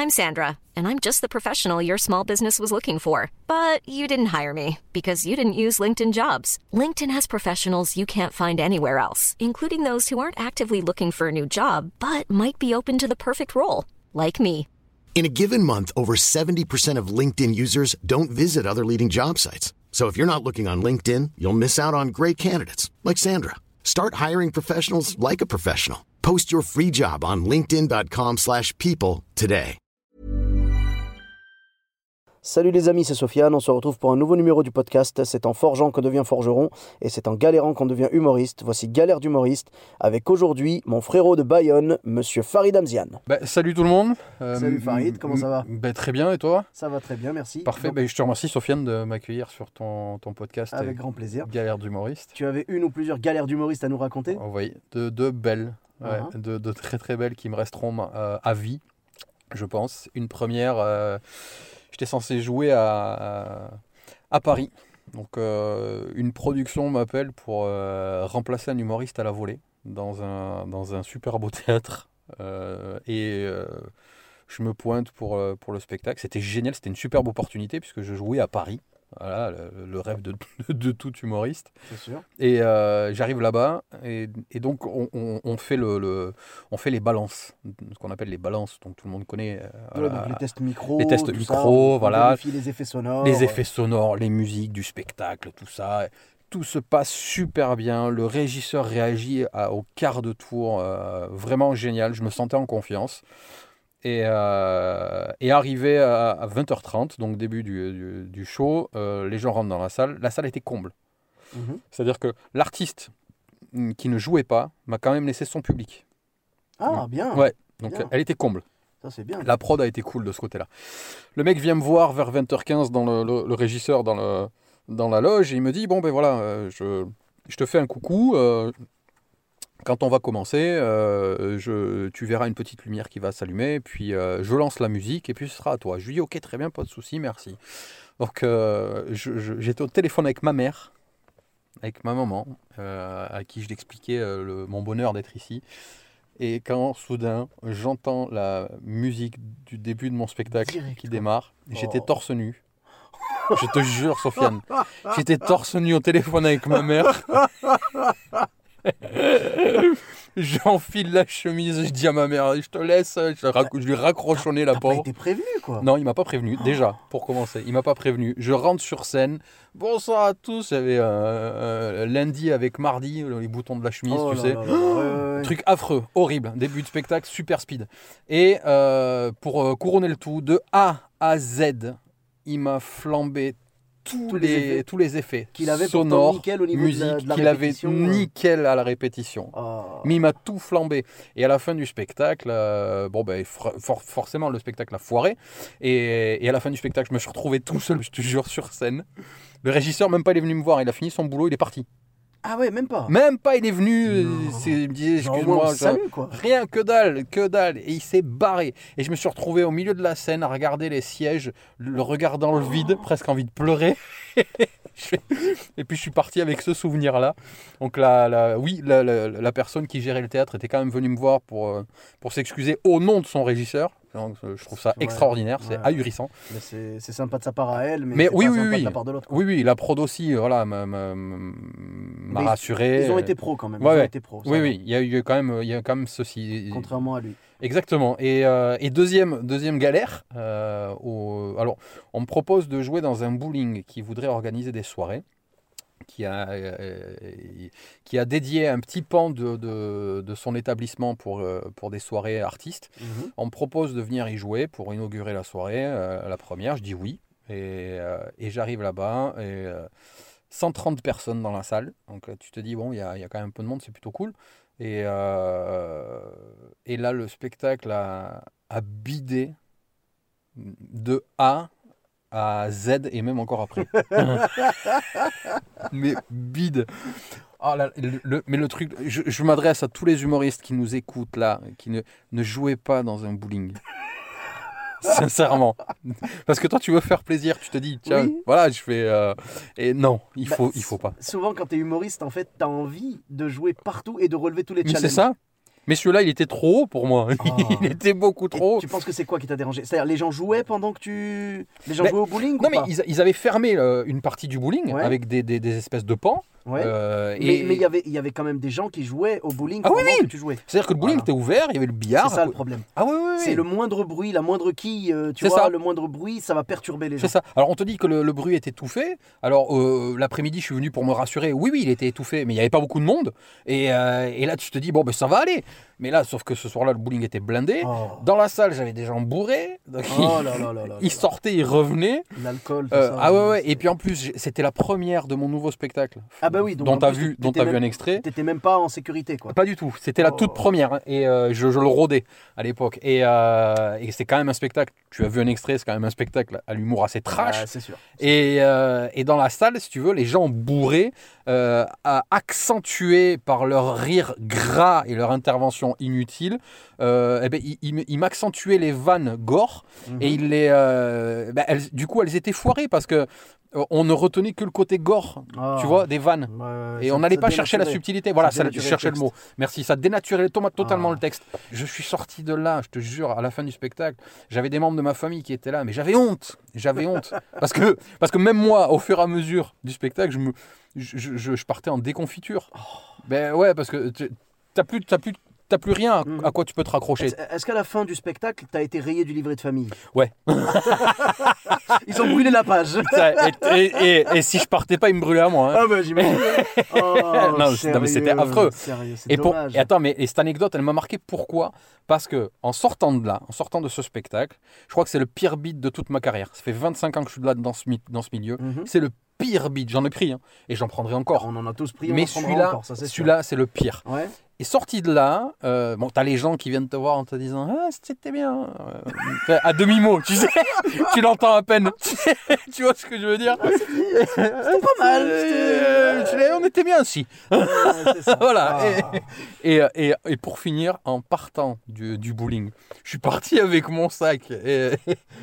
I'm Sandra, and I'm just the professional your small business was looking for. But you didn't hire me because you didn't use LinkedIn Jobs. LinkedIn has professionals you can't find anywhere else, including those who aren't actively looking for a new job, but might be open to the perfect role, like me. In a given month, over 70% of LinkedIn users don't visit other leading job sites. So if you're not looking on LinkedIn, you'll miss out on great candidates like Sandra. Start hiring professionals like a professional. Post your free job on linkedin.com/people today. Salut les amis, c'est Sofiane, on se retrouve pour un nouveau numéro du podcast. C'est en forgeant qu'on devient forgeron et c'est en galérant qu'on devient humoriste. Voici Galère d'humoriste avec aujourd'hui mon frérot de Bayonne, monsieur Farid Amzian. Salut tout le monde. Salut Farid, comment ça va ? Très bien, et toi ? Ça va très bien, merci. Parfait, je te remercie Sofiane de m'accueillir sur ton podcast. Avec grand plaisir. Galère d'humoriste. Tu avais une ou plusieurs galères d'humoriste à nous raconter ? Oh, oui, de belles, de très très belles qui me resteront à vie, je pense. Une première... J'étais censé jouer à Paris. Donc, une production m'appelle pour remplacer un humoriste à la volée dans un super beau théâtre. Je me pointe pour le spectacle. C'était génial, c'était une superbe opportunité puisque je jouais à Paris. Voilà, le rêve de tout humoriste. C'est sûr. Et j'arrive là-bas et donc on fait les balances, ce qu'on appelle les balances, donc tout le monde connaît. Donc les tests micro, voilà. Les effets sonores. Les effets sonores, les musiques du spectacle, tout ça. Tout se passe super bien. Le régisseur réagit au quart de tour, vraiment génial. Je me sentais en confiance. Et arrivé à 20h30, donc début du show, les gens rentrent dans la salle. La salle était comble. Mm-hmm. C'est-à-dire que l'artiste qui ne jouait pas m'a quand même laissé son public. Ah, bien. Ouais, donc bien. Elle était comble. Ça, c'est bien. La prod a été cool de ce côté-là. Le mec vient me voir vers 20h15 dans le régisseur dans la loge et il me dit, je te fais un coucou. Quand on va commencer, tu verras une petite lumière qui va s'allumer, puis je lance la musique et puis ce sera à toi. Je lui dis ok, très bien, pas de souci, merci. Donc j'étais au téléphone avec ma mère, avec ma maman, à qui je l'expliquais mon bonheur d'être ici. Et quand soudain j'entends la musique du début de mon spectacle qui démarre, j'étais torse nu. Je te jure, Sofiane, j'étais torse nu au téléphone avec ma mère. J'enfile la chemise, je dis à ma mère, je te laisse, je lui raccroche au nez la pauvre. T'as pas été prévenu quoi ? Non, il m'a pas prévenu, déjà, pour commencer, il m'a pas prévenu. Je rentre sur scène, bonsoir à tous, il y avait lundi avec mardi, les boutons de la chemise, tu sais. Truc affreux, horrible, début de spectacle, super speed. Et pour couronner le tout, de A à Z, il m'a flambé tous les effets qu'il avait sonores, nickel au niveau musique, de la qu'il avait répétition, nickel à la répétition. Mais il m'a tout flambé. Et à la fin du spectacle, forcément le spectacle a foiré. Et à la fin du spectacle, je me suis retrouvé tout seul, je te jure, sur scène. Le régisseur, même pas, il est venu me voir. Il a fini son boulot, il est parti. Ah ouais, même pas. Même pas, il est venu, il me disait, excuse-moi, salut, quoi. Rien, que dalle, et il s'est barré. Et je me suis retrouvé au milieu de la scène à regarder les sièges, le regard dans le vide, presque envie de pleurer. Et puis je suis parti avec ce souvenir-là. Donc la personne qui gérait le théâtre était quand même venue me voir pour s'excuser au nom de son régisseur. Donc, je trouve ça extraordinaire, c'est ahurissant. Mais c'est sympa de sa part à elle, mais c'est pas sympa de la part de l'autre. Oui, la prod aussi, voilà, m'a rassuré. Ils ont été pros quand même. Oui, il y a quand même ceci. Contrairement à lui. Exactement. Et deuxième galère, alors on me propose de jouer dans un bowling qui voudrait organiser des soirées, qui a dédié un petit pan de son établissement pour des soirées artistes. Mm-hmm. On me propose de venir y jouer pour inaugurer la soirée, la première. Je dis oui. Et j'arrive là-bas, et 130 personnes dans la salle. Donc tu te dis, bon, il y a quand même un peu de monde, c'est plutôt cool. Et là, le spectacle a bidé de A à Z et même encore après. Mais bide. Oh là, mais le truc, je m'adresse à tous les humoristes qui nous écoutent là, qui ne jouaient pas dans un bowling. Sincèrement. Parce que toi, tu veux faire plaisir, tu te dis, tiens, oui. Voilà, je fais... Et non, il faut pas. Souvent, quand tu es humoriste, en fait, tu as envie de jouer partout et de relever tous les challenges. C'est ça. Mais celui-là, il était trop haut pour moi. Il était beaucoup trop haut. Tu penses que c'est quoi qui t'a dérangé? C'est-à-dire, les gens jouaient pendant que Les gens jouaient au bowling Non, ou pas? mais ils avaient fermé une partie du bowling avec des espèces de pans. Ouais. Mais il y avait quand même des gens qui jouaient au bowling pendant que tu jouais. C'est-à-dire que le bowling était ouvert, il y avait le billard. C'est ça le problème. Ah oui. C'est le moindre bruit, la moindre quille, tu vois, le moindre bruit, ça va perturber les gens. C'est ça. Alors on te dit que le bruit est étouffé. Alors l'après-midi, je suis venu pour me rassurer. Oui, il était étouffé, mais il n'y avait pas beaucoup de monde. Et là, tu te dis, bon, ben ça va aller. Mais là, sauf que ce soir-là, le bowling était blindé. Dans la salle, j'avais des gens bourrés. Donc ils sortaient, ils revenaient. L'alcool, tout ça. Ah ouais. Et puis en plus, c'était la première de mon nouveau spectacle. Ah bah oui. Donc dont tu as vu un extrait. T'étais même pas en sécurité, quoi. Pas du tout. C'était la toute première. Et je le rôdais à l'époque. Et c'est quand même un spectacle. Tu as vu un extrait, c'est quand même un spectacle à l'humour assez trash. C'est sûr. Et dans la salle, si tu veux, les gens bourrés, accentués par leur rire gras et leur intervention inutile, ils m'accentuaient les vannes gore. Et du coup, elles étaient foirées parce que on ne retenait que le côté gore, tu vois, des vannes. Et on n'allait pas chercher la subtilité. Voilà, ça cherchait le mot. Merci, ça dénaturait totalement le texte. Je suis sorti de là, je te jure, à la fin du spectacle, j'avais des membres de ma famille qui étaient là, mais j'avais honte. Parce que même moi, au fur et à mesure du spectacle, je partais en déconfiture. Ben ouais, parce que t'as plus rien à quoi tu peux te raccrocher. Est-ce qu'à la fin du spectacle, t'as été rayé du livret de famille? Ouais. Ils ont brûlé la page. Et si je partais pas, ils me brûlaient à moi. Ah bah j'imagine. Non, mais c'était affreux. Sérieux, c'est dommage. Et attends, mais cette anecdote, elle m'a marqué. Pourquoi? Parce que en sortant de ce spectacle, je crois que c'est le pire beat de toute ma carrière. Ça fait 25 ans que je suis là dans ce milieu. C'est le pire beat. J'en ai pris, et j'en prendrai encore. On en a tous pris. Mais celui-là, c'est le pire. Ouais. Et sorti de là, t'as les gens qui viennent te voir en te disant « Ah, c'était bien à demi-mot, tu sais, tu l'entends à peine. Tu vois ce que je veux dire? C'était pas mal. On était bien aussi. C'est ça. Voilà. Et pour finir, en partant du bowling, je suis parti avec mon sac et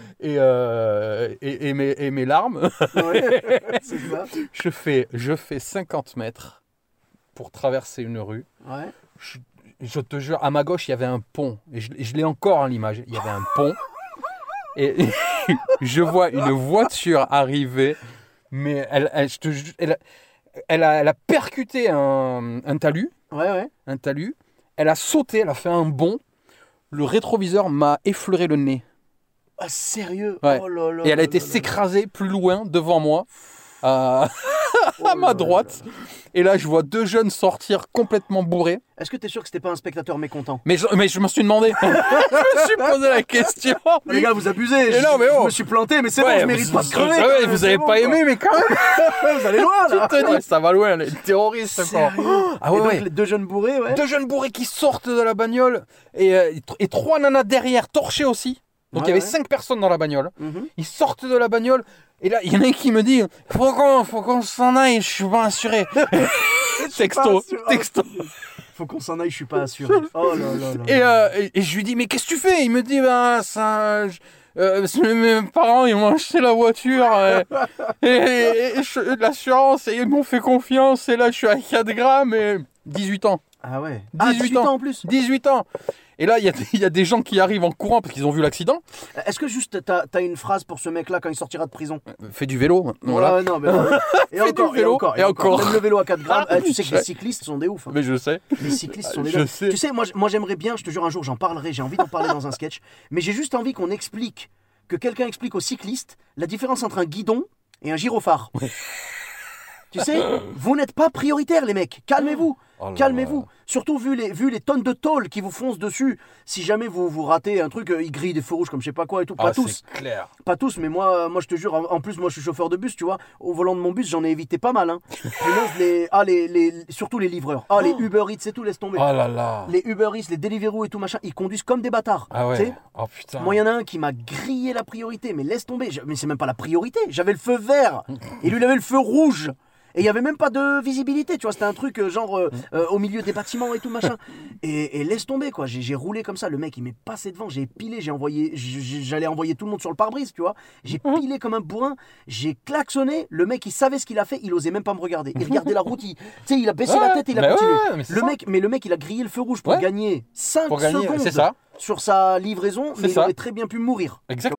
mes larmes. Ouais, c'est ça. Je fais 50 mètres pour traverser une rue. Ouais. Je te jure, à ma gauche, il y avait un pont. Et je l'ai encore en l'image. Il y avait un pont. Et je vois une voiture arriver. Mais elle a percuté un talus. Ouais. Un talus. Elle a sauté, elle a fait un bond. Le rétroviseur m'a effleuré le nez. Ah, sérieux? Ouais. Oh là là. Et elle a été s'écraser plus loin devant moi. À ma droite. Et là, je vois deux jeunes sortir complètement bourrés. Est-ce que tu es sûr que c'était pas un spectateur mécontent? Mais je me suis demandé. Je me suis posé la question. Les gars, vous abusez. Je me suis planté, mais c'est bon, je mérite pas de crever. Vous avez pas aimé, mais quand même. Vous allez loin, là. Tu te dis, ça va loin, les terroristes. Ah ouais, donc, les deux jeunes bourrés, ouais. Deux jeunes bourrés qui sortent de la bagnole. Et trois nanas derrière, torchées aussi. Donc il y avait 5 personnes dans la bagnole. Ils sortent de la bagnole. Et là, il y en a un qui me dit faut qu'on s'en aille, je suis pas assuré. Texto. Faut qu'on s'en aille, je suis pas assuré. Oh là là. Et je lui dis mais qu'est-ce que tu fais? Il me dit mes parents ils m'ont acheté la voiture et l'assurance et ils m'ont fait confiance et là je suis à 4 grammes et 18 ans. Ah ouais. 18 ans en plus. 18 ans. Et là, il y a des gens qui arrivent en courant parce qu'ils ont vu l'accident. Est-ce que juste t'as une phrase pour ce mec-là quand il sortira de prison? Fais du vélo. Voilà. Ouais, non, mais et encore. Même le vélo à 4 grammes. Tu sais que les cyclistes sont des oufs. Mais je sais. Les cyclistes sont des oufs. Tu sais, moi j'aimerais bien, je te jure, un jour j'en parlerai, j'ai envie d'en parler dans un sketch. Mais j'ai juste envie que quelqu'un explique aux cyclistes la différence entre un guidon et un gyrophare. Tu sais, vous n'êtes pas prioritaires, les mecs. Calmez-vous. Calmez-vous. Surtout vu les tonnes de tôle qui vous foncent dessus. Si jamais vous ratez un truc, ils grillent des feux rouges comme je sais pas quoi et tout. Pas tous. C'est clair. Pas tous, mais moi je te jure, en plus moi je suis chauffeur de bus, tu vois. Au volant de mon bus, j'en ai évité pas mal. Hein. Surtout les livreurs. Les Uber Eats et tout, laisse tomber. Oh là là. Les Uber Eats, les Deliveroo et tout machin, ils conduisent comme des bâtards. Ah ouais. Oh putain. Moi il y en a un qui m'a grillé la priorité, mais laisse tomber. Mais c'est même pas la priorité. J'avais le feu vert et lui il avait le feu rouge. Et il y avait même pas de visibilité, tu vois, c'était un truc genre au milieu des bâtiments et tout machin. Et laisse tomber quoi, j'ai roulé comme ça, le mec il m'est passé devant, j'ai pilé, j'allais envoyer tout le monde sur le pare-brise, tu vois. J'ai pilé comme un bourrin, j'ai klaxonné, le mec il savait ce qu'il a fait, il osait même pas me regarder. Il regardait la route, tu sais, il a baissé la tête et il a continué. Le mec il a grillé le feu rouge pour gagner 5 secondes c'est ça. sur sa livraison, mais il aurait très bien pu mourir. Exactement.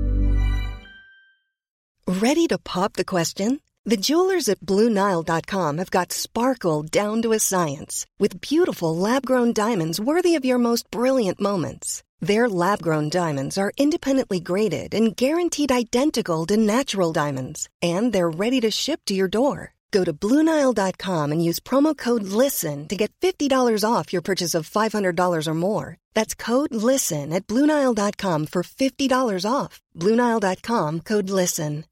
Ready to pop the question? The jewelers at BlueNile.com have got sparkle down to a science with beautiful lab-grown diamonds worthy of your most brilliant moments. Their lab-grown diamonds are independently graded and guaranteed identical to natural diamonds, and they're ready to ship to your door. Go to BlueNile.com and use promo code LISTEN to get $50 off your purchase of $500 or more. That's code LISTEN at BlueNile.com for $50 off. BlueNile.com, code LISTEN.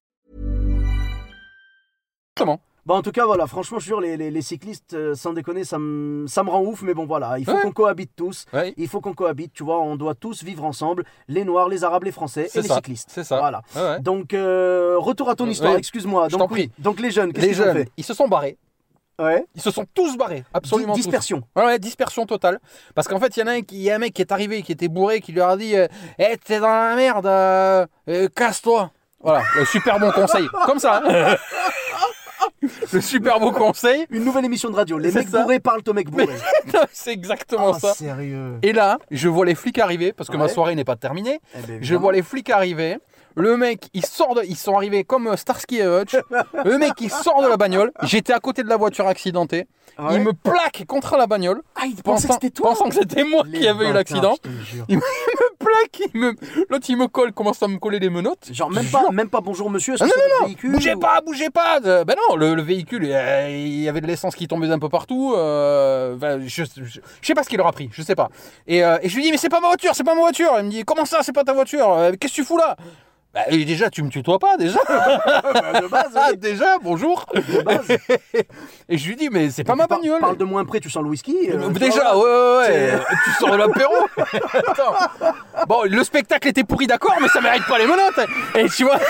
Comment? Bah en tout cas voilà, franchement je jure les cyclistes sans déconner ça me rend ouf, mais bon voilà, il faut qu'on cohabite tous, il faut qu'on cohabite, tu vois, on doit tous vivre ensemble, les noirs, les arabes, les français et les cyclistes. C'est ça. Voilà. Donc retour à ton histoire, excuse-moi. Je t'en prie. Donc les jeunes, qu'est-ce qu'ils ont fait? Ils se sont barrés. Ouais. Ils se sont tous barrés, absolument dispersion. tous. Ouais, dispersion totale. Parce qu'en fait, il y a un mec qui est arrivé, qui était bourré, qui lui a dit t'es dans la merde, casse-toi. Voilà, le super bon conseil. Comme ça. Hein. Le super beau conseil. Une nouvelle émission de radio. Les mecs bourrés parlent aux mecs bourrés. C'est exactement ça. Sérieux. Et là, je vois les flics arriver, parce que ma soirée n'est pas terminée. Je vois les flics arriver. Le mec, ils sont arrivés comme Starsky et Hutch. Le mec, il sort de la bagnole. J'étais à côté de la voiture accidentée. Il me plaque contre la bagnole. Il pensait que c'était toi. Pensant que c'était moi qui avais eu l'accident. Il me plaque. L'autre, il me colle, commence à me coller les menottes. Genre, même pas bonjour monsieur. Non, véhicule, bougez pas. Ben non, le véhicule, il y avait de l'essence qui tombait un peu partout. Je sais pas ce qu'il leur a pris, je sais pas. Et je lui dis, mais c'est pas ma voiture. Il me dit, comment ça, c'est pas ta voiture? Qu'est-ce que tu fous là? Bah, déjà, tu me tutoies pas, déjà. De base, oui. Déjà, bonjour. De base. Et je lui dis, mais c'est pas ma bagnole. Parle de moins près, tu sens le whisky. Déjà, ouais. Tu sors de l'apéro. Attends. Bon, le spectacle était pourri, d'accord, mais ça mérite pas les menottes. Et tu vois,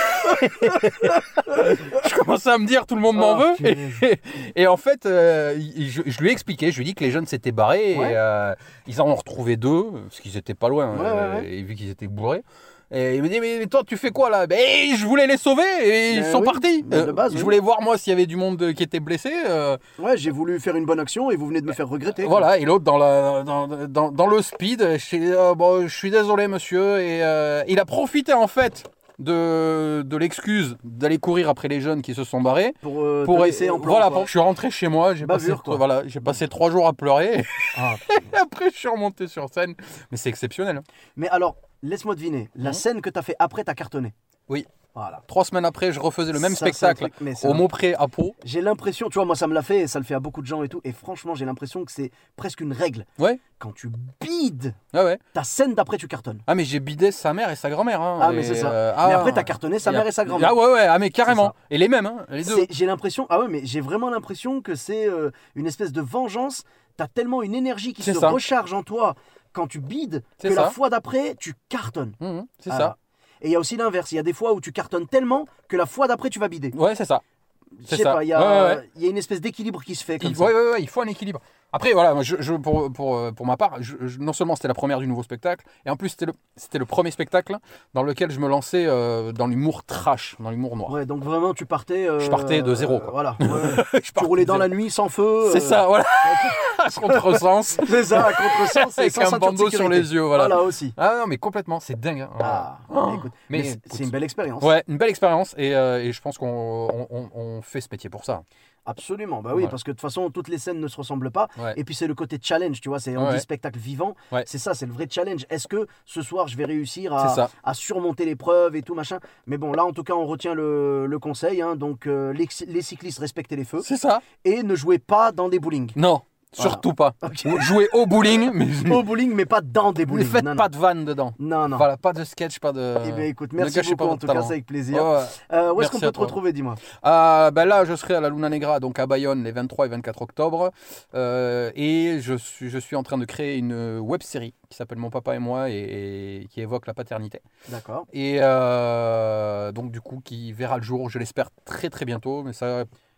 je commençais à me dire, tout le monde m'en veut. Et en fait, je lui ai expliqué, je lui ai dit que les jeunes s'étaient barrés. Et ils en ont retrouvé 2, parce qu'ils étaient pas loin, et vu qu'ils étaient bourrés. Et il me dit, mais toi, tu fais quoi là? Je voulais les sauver et ils sont partis. De base, je voulais voir moi s'il y avait du monde qui était blessé. Ouais, j'ai voulu faire une bonne action et vous venez de me faire regretter. Voilà, et l'autre dans le speed, je suis désolé monsieur. Et il a profité en fait de l'excuse d'aller courir après les jeunes qui se sont barrés pour laisser en plan. Voilà, je suis rentré chez moi, j'ai passé 3 jours à pleurer. Et après je suis remonté sur scène. Mais c'est exceptionnel. Mais alors, laisse-moi deviner, la scène que t'as fait après, t'as cartonné. Oui. Voilà. 3 semaines après, je refaisais le même spectacle au Maupré à Pau. J'ai l'impression, tu vois, moi ça me l'a fait et ça le fait à beaucoup de gens et tout. Et franchement, j'ai l'impression que c'est presque une règle. Ouais. Quand tu bides, ouais. ta scène d'après, tu cartonnes. Ah, mais j'ai bidé sa mère et sa grand-mère. Hein, mais c'est ça. Mais après, t'as cartonné sa mère et sa grand-mère. Ah ouais, ah, mais carrément. Et les mêmes, hein, les deux. J'ai l'impression, mais j'ai vraiment l'impression que c'est une espèce de vengeance. T'as tellement une énergie qui se recharge en toi quand tu bides que la fois d'après, tu cartonnes. C'est ça. Et il y a aussi l'inverse. Il y a des fois où tu cartonnes tellement que la fois d'après, tu vas bider. Ouais, c'est ça. Je sais pas, il y a une espèce d'équilibre qui se fait comme ça. Ouais, il faut un équilibre. Après, voilà, pour ma part, non seulement c'était la première du nouveau spectacle, et en plus c'était le premier spectacle dans lequel je me lançais dans l'humour trash, dans l'humour noir. Ouais, donc vraiment tu partais... je partais de zéro. Quoi. Voilà. Ouais. Tu roulais dans la nuit sans feu. C'est ça, voilà. À contresens. C'est ça, à contresens. Avec un bandeau sur les yeux, voilà. Voilà aussi. Ah non, mais complètement, c'est dingue. Hein. Écoute, mais c'est une belle expérience. Ouais, une belle expérience, et je pense qu'on fait ce métier pour ça. Absolument, bah oui, parce que de toute façon, toutes les scènes ne se ressemblent pas. Et puis c'est le côté challenge, tu vois, on dit spectacle vivant. C'est ça, c'est le vrai challenge. Est-ce que ce soir, je vais réussir à surmonter l'épreuve et tout, machin? Mais bon, là, en tout cas, on retient le conseil. Hein, donc, les cyclistes, respectez les feux. C'est ça. Et ne jouez pas dans des bowling. Non. Surtout pas. Okay. Jouez au bowling, mais pas dans des bowling. Ne faites pas de vanne dedans. Non. Voilà, pas de sketch, pas de. Eh bien, écoute, merci beaucoup en tout cas, c'est avec plaisir. Où est-ce qu'on peut te retrouver, dis-moi? Là, je serai à la Luna Negra, donc à Bayonne, les 23 et 24 octobre. Et je suis en train de créer une web-série qui s'appelle Mon papa et moi et qui évoque la paternité. D'accord. Et donc, du coup, qui verra le jour, je l'espère, très très bientôt. Mais ça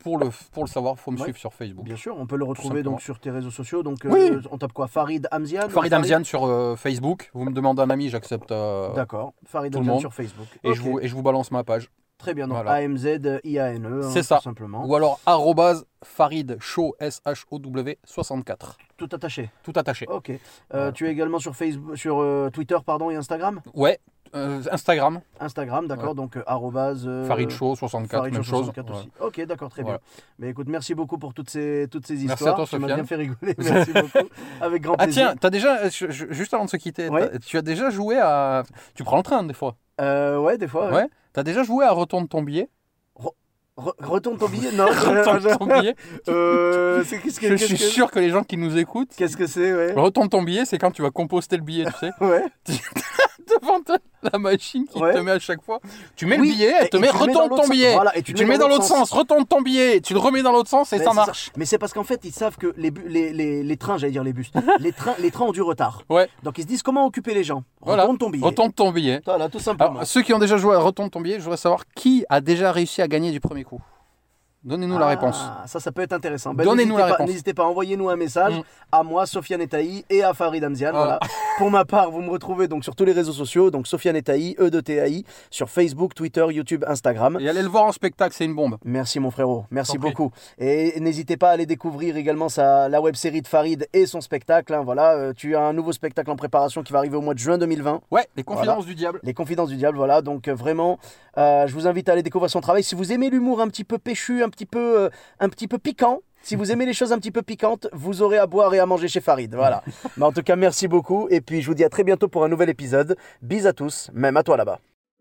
pour le savoir, il faut me suivre sur Facebook. Bien sûr, on peut le retrouver donc sur tes réseaux sociaux. Donc, Oui. On tape quoi? Farid Hamzian? Farid Hamzian sur Facebook. Vous me demandez un ami, j'accepte. D'accord, Farid tout le Hamzian monde. sur Facebook. Et, Ok. je vous balance ma page. Très bien, donc Voilà. AMZIANE, C'est ça. tout simplement. Ou alors @FaridShow, SHOW 64. Tout attaché. Tout attaché. Ok. Voilà. Tu es également sur Facebook, sur Twitter, pardon, et Instagram? Ouais. Instagram. Instagram, d'accord, Ouais. donc FaridShow 64, Farid même Show chose. 64 Ouais. aussi. Ok, d'accord, très Voilà. bien. Mais écoute, merci beaucoup pour toutes ces histoires. Merci à toi, Ça m'a Sofiane. bien fait rigoler. Merci beaucoup. Avec grand Ah plaisir. tiens, t'as déjà, juste avant de se quitter, Ouais. tu as déjà joué à... Tu prends le train des fois. Ouais, des fois. Ouais. T'as déjà joué à Retourne ton billet. Retourne ton billet. Non. Retourne ton billet. C'est Je suis sûr que les gens qui nous écoutent... Qu'est-ce que c'est, ouais. Retourne ton billet, c'est quand tu vas composter le billet, tu sais. Ouais. Devant la machine qui Ouais. te met à chaque fois. Tu mets Oui, le billet, elle te et met tu le mets dans retourne l'autre ton billet. Voilà, et tu tu le mets dans l'autre sens. Retourne ton billet. Tu le remets dans l'autre sens et Mais ça c'est marche. Mais c'est parce qu'en fait, ils savent que les trains, j'allais dire les bus, les trains ont du retard. Ouais. Donc ils se disent comment occuper les gens. Voilà. Retourne ton billet. Retourne ton billet. Voilà, tout simplement. Alors, ceux qui ont déjà joué à Retourne ton billet, je voudrais savoir qui a déjà réussi à gagner du premier coup. Donnez-nous la réponse. Ça peut être intéressant. Donnez-nous la réponse. N'hésitez pas, envoyez-nous un message à moi, Sofiane Etaï, et à Farid Hamzian. Voilà. Pour ma part, vous me retrouvez donc sur tous les réseaux sociaux, donc Sofiane Etaï, E2TAI, sur Facebook, Twitter, YouTube, Instagram. Et allez le voir en spectacle, c'est une bombe. Merci mon frérot, merci T'en prie. beaucoup. Et n'hésitez pas à aller découvrir également la web-série de Farid et son spectacle. Hein, voilà, tu as un nouveau spectacle en préparation qui va arriver au mois de juin 2020. Ouais, les confidences du diable. Les Confidences du Diable, voilà. Donc vraiment, je vous invite à aller découvrir son travail. Si vous aimez l'humour un petit peu péchu, un petit peu piquant, si vous aimez les choses un petit peu piquantes, vous aurez à boire et à manger chez Farid. Voilà. Mais en tout cas, merci beaucoup. Et puis, je vous dis à très bientôt pour un nouvel épisode. Bis à tous, même à toi là-bas.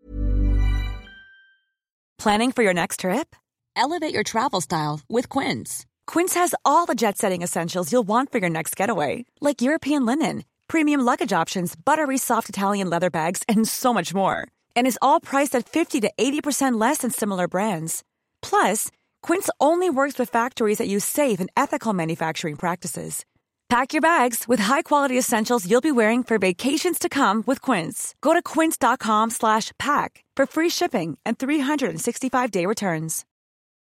Planning for your next trip? Elevate your travel style with Quince. Quince has all the jet-setting essentials you'll want for your next getaway, like European linen, premium luggage options, buttery soft Italian leather bags, and so much more. And is all priced at 50 to 80% less than similar brands. Plus, Quince only works with factories that use safe and ethical manufacturing practices. Pack your bags with high-quality essentials you'll be wearing for vacations to come with Quince. Go to quince.com/pack for free shipping and 365-day returns.